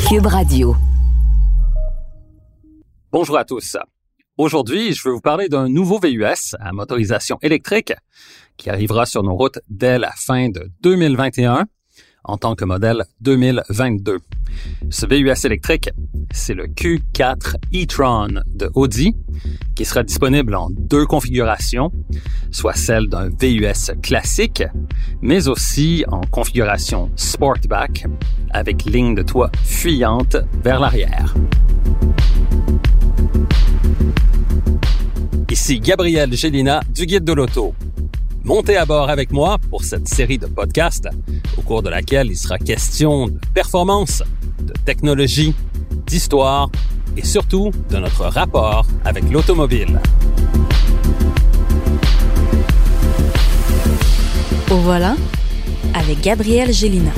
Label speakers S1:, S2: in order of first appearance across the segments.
S1: Cube Radio.
S2: Bonjour à tous. Aujourd'hui, je vais vous parler d'un nouveau VUS à motorisation électrique qui arrivera sur nos routes dès la fin de 2021 en tant que modèle 2022. Ce VUS électrique, c'est le Q4 e-tron de Audi qui sera disponible en deux configurations, soit celle d'un VUS classique, mais aussi en configuration Sportback avec ligne de toit fuyante vers l'arrière. Ici Gabriel Gélina du Guide de l'Auto. Montez à bord avec moi pour cette série de podcasts au cours de laquelle il sera question de performance, de technologie, d'histoire et surtout de notre rapport avec l'automobile.
S3: Au volant avec Gabriel Gélina.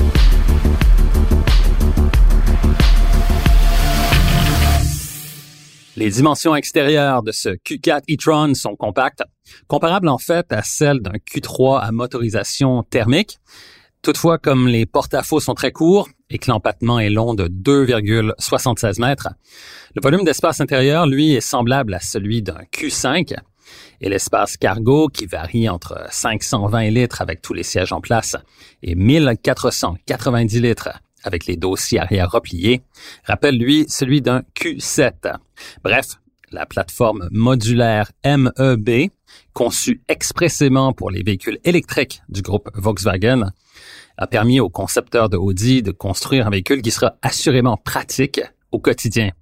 S2: Les dimensions extérieures de ce Q4 e-tron sont compactes, comparables en fait à celles d'un Q3 à motorisation thermique. Toutefois, comme les porte-à-faux sont très courts et que l'empattement est long de 2,76 mètres, le volume d'espace intérieur, lui, est semblable à celui d'un Q5 et l'espace cargo, qui varie entre 520 litres avec tous les sièges en place et 1490 litres avec les dossiers arrière repliés, rappelle lui celui d'un Q7. Bref, la plateforme modulaire MEB, conçue expressément pour les véhicules électriques du groupe Volkswagen, a permis aux concepteurs de Audi de construire un véhicule qui sera assurément pratique au quotidien.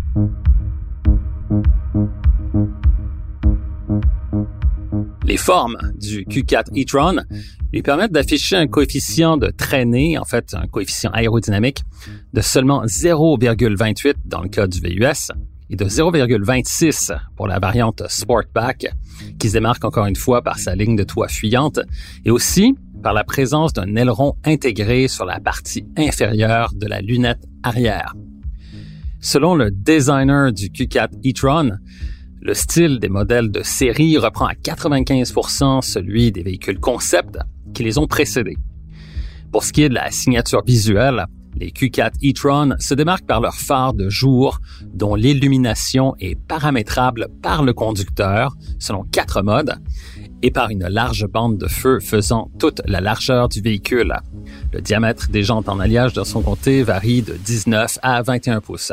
S2: Les formes du Q4 e-tron lui permettent d'afficher un coefficient de traînée, en fait un coefficient aérodynamique, de seulement 0,28 dans le cas du VUS et de 0,26 pour la variante Sportback, qui se démarque encore une fois par sa ligne de toit fuyante et aussi par la présence d'un aileron intégré sur la partie inférieure de la lunette arrière. Selon le designer du Q4 e-tron, le style des modèles de série reprend à 95% celui des véhicules concept qui les ont précédés. Pour ce qui est de la signature visuelle, les Q4 e-tron se démarquent par leur phare de jour dont l'illumination est paramétrable par le conducteur selon 4 modes et par une large bande de feu faisant toute la largeur du véhicule. Le diamètre des jantes en alliage de son côté varie de 19 à 21 pouces.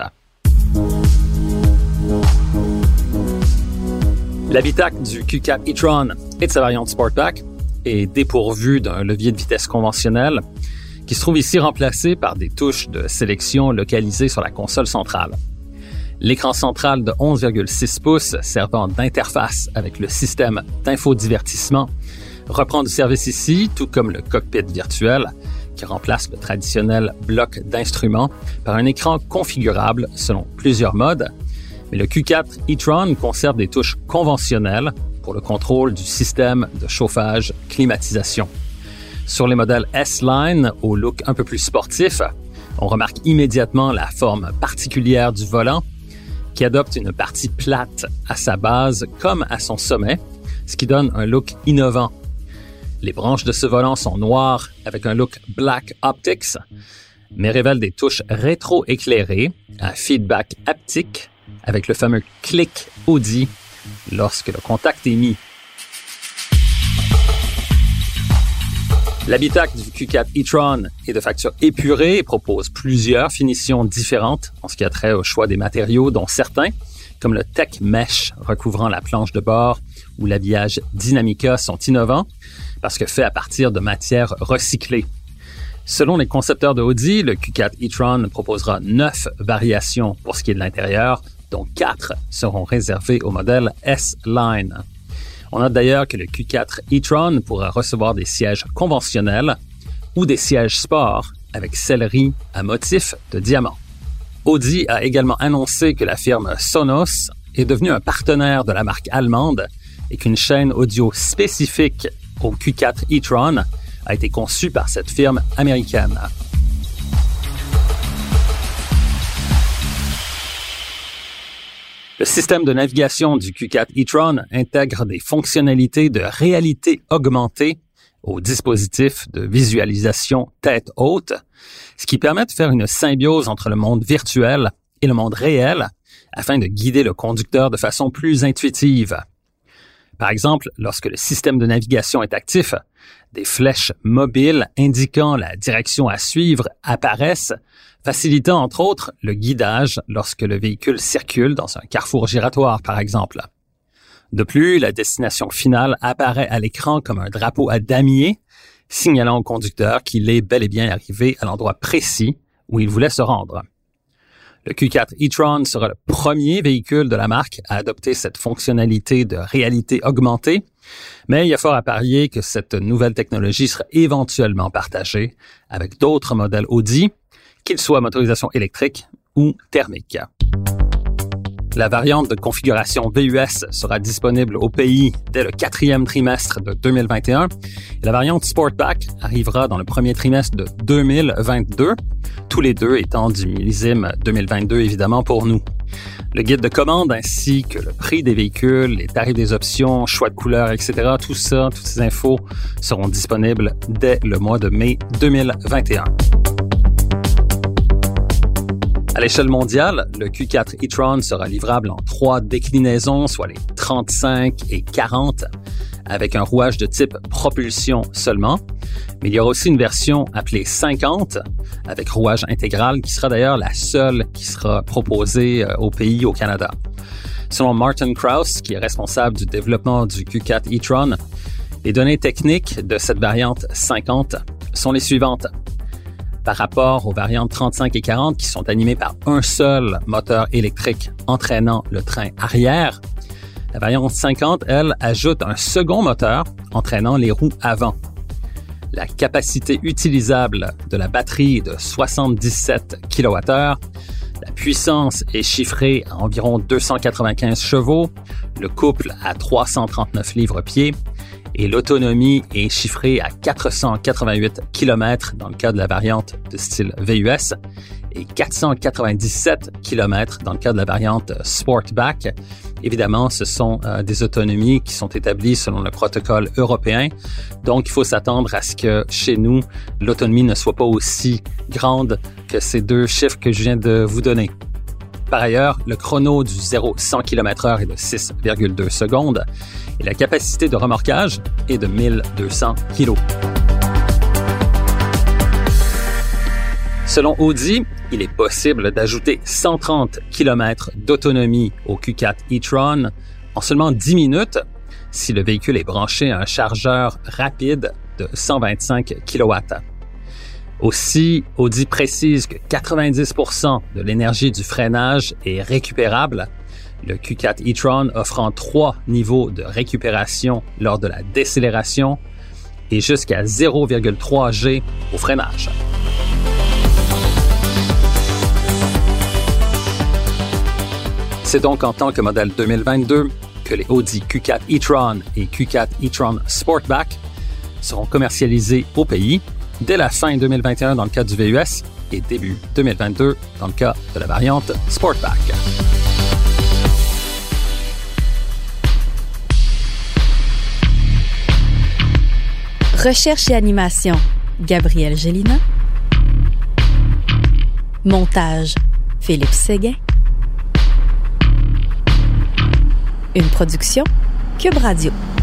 S2: L'habitacle du Q4 e-tron et de sa variante Sportback est dépourvu d'un levier de vitesse conventionnel qui se trouve ici remplacé par des touches de sélection localisées sur la console centrale. L'écran central de 11,6 pouces servant d'interface avec le système d'infodivertissement reprend du service ici, tout comme le cockpit virtuel qui remplace le traditionnel bloc d'instruments par un écran configurable selon plusieurs modes. Mais le Q4 e-tron conserve des touches conventionnelles pour le contrôle du système de chauffage climatisation. Sur les modèles S-Line au look un peu plus sportif, on remarque immédiatement la forme particulière du volant qui adopte une partie plate à sa base comme à son sommet, ce qui donne un look innovant. Les branches de ce volant sont noires avec un look Black Optics, mais révèlent des touches rétro-éclairées à feedback haptique avec le fameux clic Audi lorsque le contact est mis. L'habitacle du Q4 e-tron est de facture épurée et propose plusieurs finitions différentes en ce qui a trait au choix des matériaux, dont certains, comme le Tech Mesh recouvrant la planche de bord ou l'habillage Dynamica, sont innovants parce que faits à partir de matières recyclées. Selon les concepteurs de Audi, le Q4 e-tron proposera 9 variations pour ce qui est de l'intérieur, dont 4 seront réservées au modèle S-Line. On note d'ailleurs que le Q4 e-tron pourra recevoir des sièges conventionnels ou des sièges sport avec sellerie à motif de diamant. Audi a également annoncé que la firme Sonos est devenue un partenaire de la marque allemande et qu'une chaîne audio spécifique au Q4 e-tron a été conçue par cette firme américaine. Le système de navigation du Q4 e-tron intègre des fonctionnalités de réalité augmentée au dispositif de visualisation tête haute, ce qui permet de faire une symbiose entre le monde virtuel et le monde réel afin de guider le conducteur de façon plus intuitive. Par exemple, lorsque le système de navigation est actif, des flèches mobiles indiquant la direction à suivre apparaissent, facilitant entre autres le guidage lorsque le véhicule circule dans un carrefour giratoire, par exemple. De plus, la destination finale apparaît à l'écran comme un drapeau à damier, signalant au conducteur qu'il est bel et bien arrivé à l'endroit précis où il voulait se rendre. Le Q4 e-tron sera le premier véhicule de la marque à adopter cette fonctionnalité de réalité augmentée, mais il y a fort à parier que cette nouvelle technologie sera éventuellement partagée avec d'autres modèles Audi, qu'ils soient à motorisation électrique ou thermique. La variante de configuration VUS sera disponible au pays dès le 4e trimestre de 2021 et la variante Sportback arrivera dans le premier trimestre de 2022, tous les deux étant du millésime 2022 évidemment pour nous. Le guide de commande ainsi que le prix des véhicules, les tarifs des options, choix de couleurs, etc., tout ça, toutes ces infos seront disponibles dès le mois de mai 2021. À l'échelle mondiale, le Q4 e-tron sera livrable en 3 déclinaisons, soit les 35 et 40, avec un rouage de type propulsion seulement. Mais il y aura aussi une version appelée 50, avec rouage intégral, qui sera d'ailleurs la seule qui sera proposée au pays, au Canada. Selon Martin Kraus, qui est responsable du développement du Q4 e-tron, les données techniques de cette variante 50 sont les suivantes. Par rapport aux variantes 35 et 40 qui sont animées par un seul moteur électrique entraînant le train arrière, la variante 50, elle, ajoute un second moteur entraînant les roues avant. La capacité utilisable de la batterie est de 77 kWh, la puissance est chiffrée à environ 295 chevaux, le couple à 339 livres-pieds, et l'autonomie est chiffrée à 488 km dans le cas de la variante de style VUS et 497 km dans le cas de la variante Sportback. Évidemment, ce sont des autonomies qui sont établies selon le protocole européen. Donc, il faut s'attendre à ce que chez nous, l'autonomie ne soit pas aussi grande que ces deux chiffres que je viens de vous donner. Par ailleurs, le chrono du 0-100 km/h est de 6,2 secondes et la capacité de remorquage est de 1200 kg. Selon Audi, il est possible d'ajouter 130 km d'autonomie au Q4 e-tron en seulement 10 minutes si le véhicule est branché à un chargeur rapide de 125 kW. Aussi, Audi précise que 90% de l'énergie du freinage est récupérable, le Q4 e-tron offrant 3 niveaux de récupération lors de la décélération et jusqu'à 0,3 G au freinage. C'est donc en tant que modèle 2022 que les Audi Q4 e-tron et Q4 e-tron Sportback seront commercialisés au pays dès la fin 2021 dans le cas du VUS et début 2022 dans le cas de la variante Sportback.
S3: Recherche et animation, Gabriel Gélina. Montage, Philippe Séguin. Une production, Cube Radio.